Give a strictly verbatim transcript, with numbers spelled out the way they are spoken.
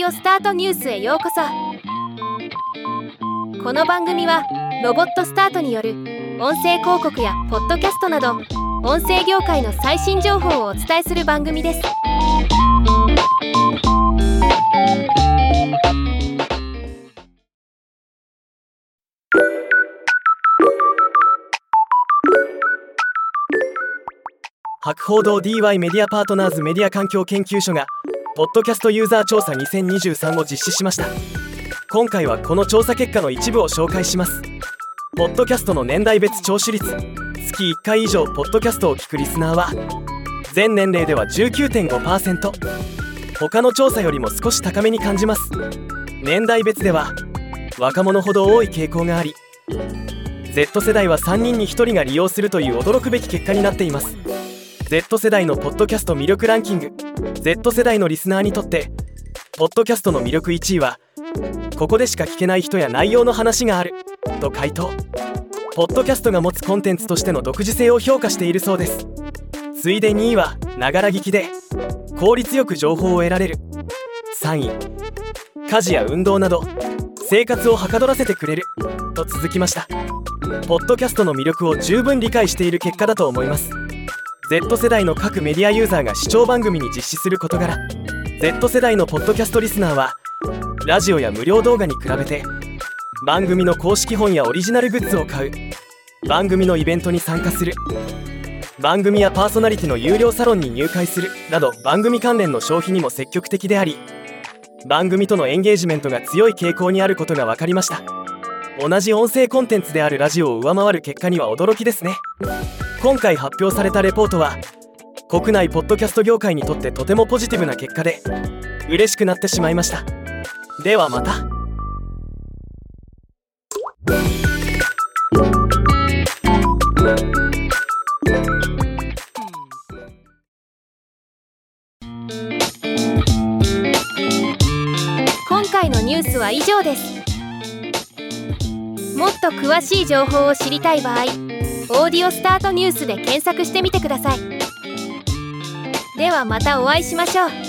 オスタートニュースへようこそ。この番組はロボットスタートによる音声広告やポッドキャストなど音声業界の最新情報をお伝えする番組です。 博報堂 ディーワイ メディアパートナーズメディア環境研究所がポッドキャストユーザー調査にせんにじゅうさんを実施しました。今回はこの調査結果の一部を紹介します。ポッドキャストの年代別聴取率、月いっかい以上ポッドキャストを聞くリスナーは全年齢では じゅうきゅうてんごパーセント、 他の調査よりも少し高めに感じます。年代別では若者ほど多い傾向があり、 Z 世代はさんにんにひとりが利用するという驚くべき結果になっています。Z 世代のポッドキャスト魅力ランキング。 Z 世代のリスナーにとってポッドキャストの魅力いちいは、ここでしか聞けない人や内容の話があると回答。ポッドキャストが持つコンテンツとしての独自性を評価しているそうです。次いでにいはながら聞きで効率よく情報を得られる。さんい、家事や運動など生活をはかどらせてくれると続きました。ポッドキャストの魅力を十分理解している結果だと思います。Z 世代の各メディアユーザーが視聴番組に実施する事柄、 Z 世代のポッドキャストリスナーはラジオや無料動画に比べて番組の公式本やオリジナルグッズを買う、番組のイベントに参加する、番組やパーソナリティの有料サロンに入会するなど番組関連の消費にも積極的であり、番組とのエンゲージメントが強い傾向にあることが分かりました。同じ音声コンテンツであるラジオを上回る結果には驚きですね。今回発表されたレポートは国内ポッドキャスト業界にとってとてもポジティブな結果で嬉しくなってしまいました。ではまた。 今回のニュースは以上です。もっと詳しい情報を知りたい場合、オーディオスタートニュースで検索してみてください。ではまたお会いしましょう。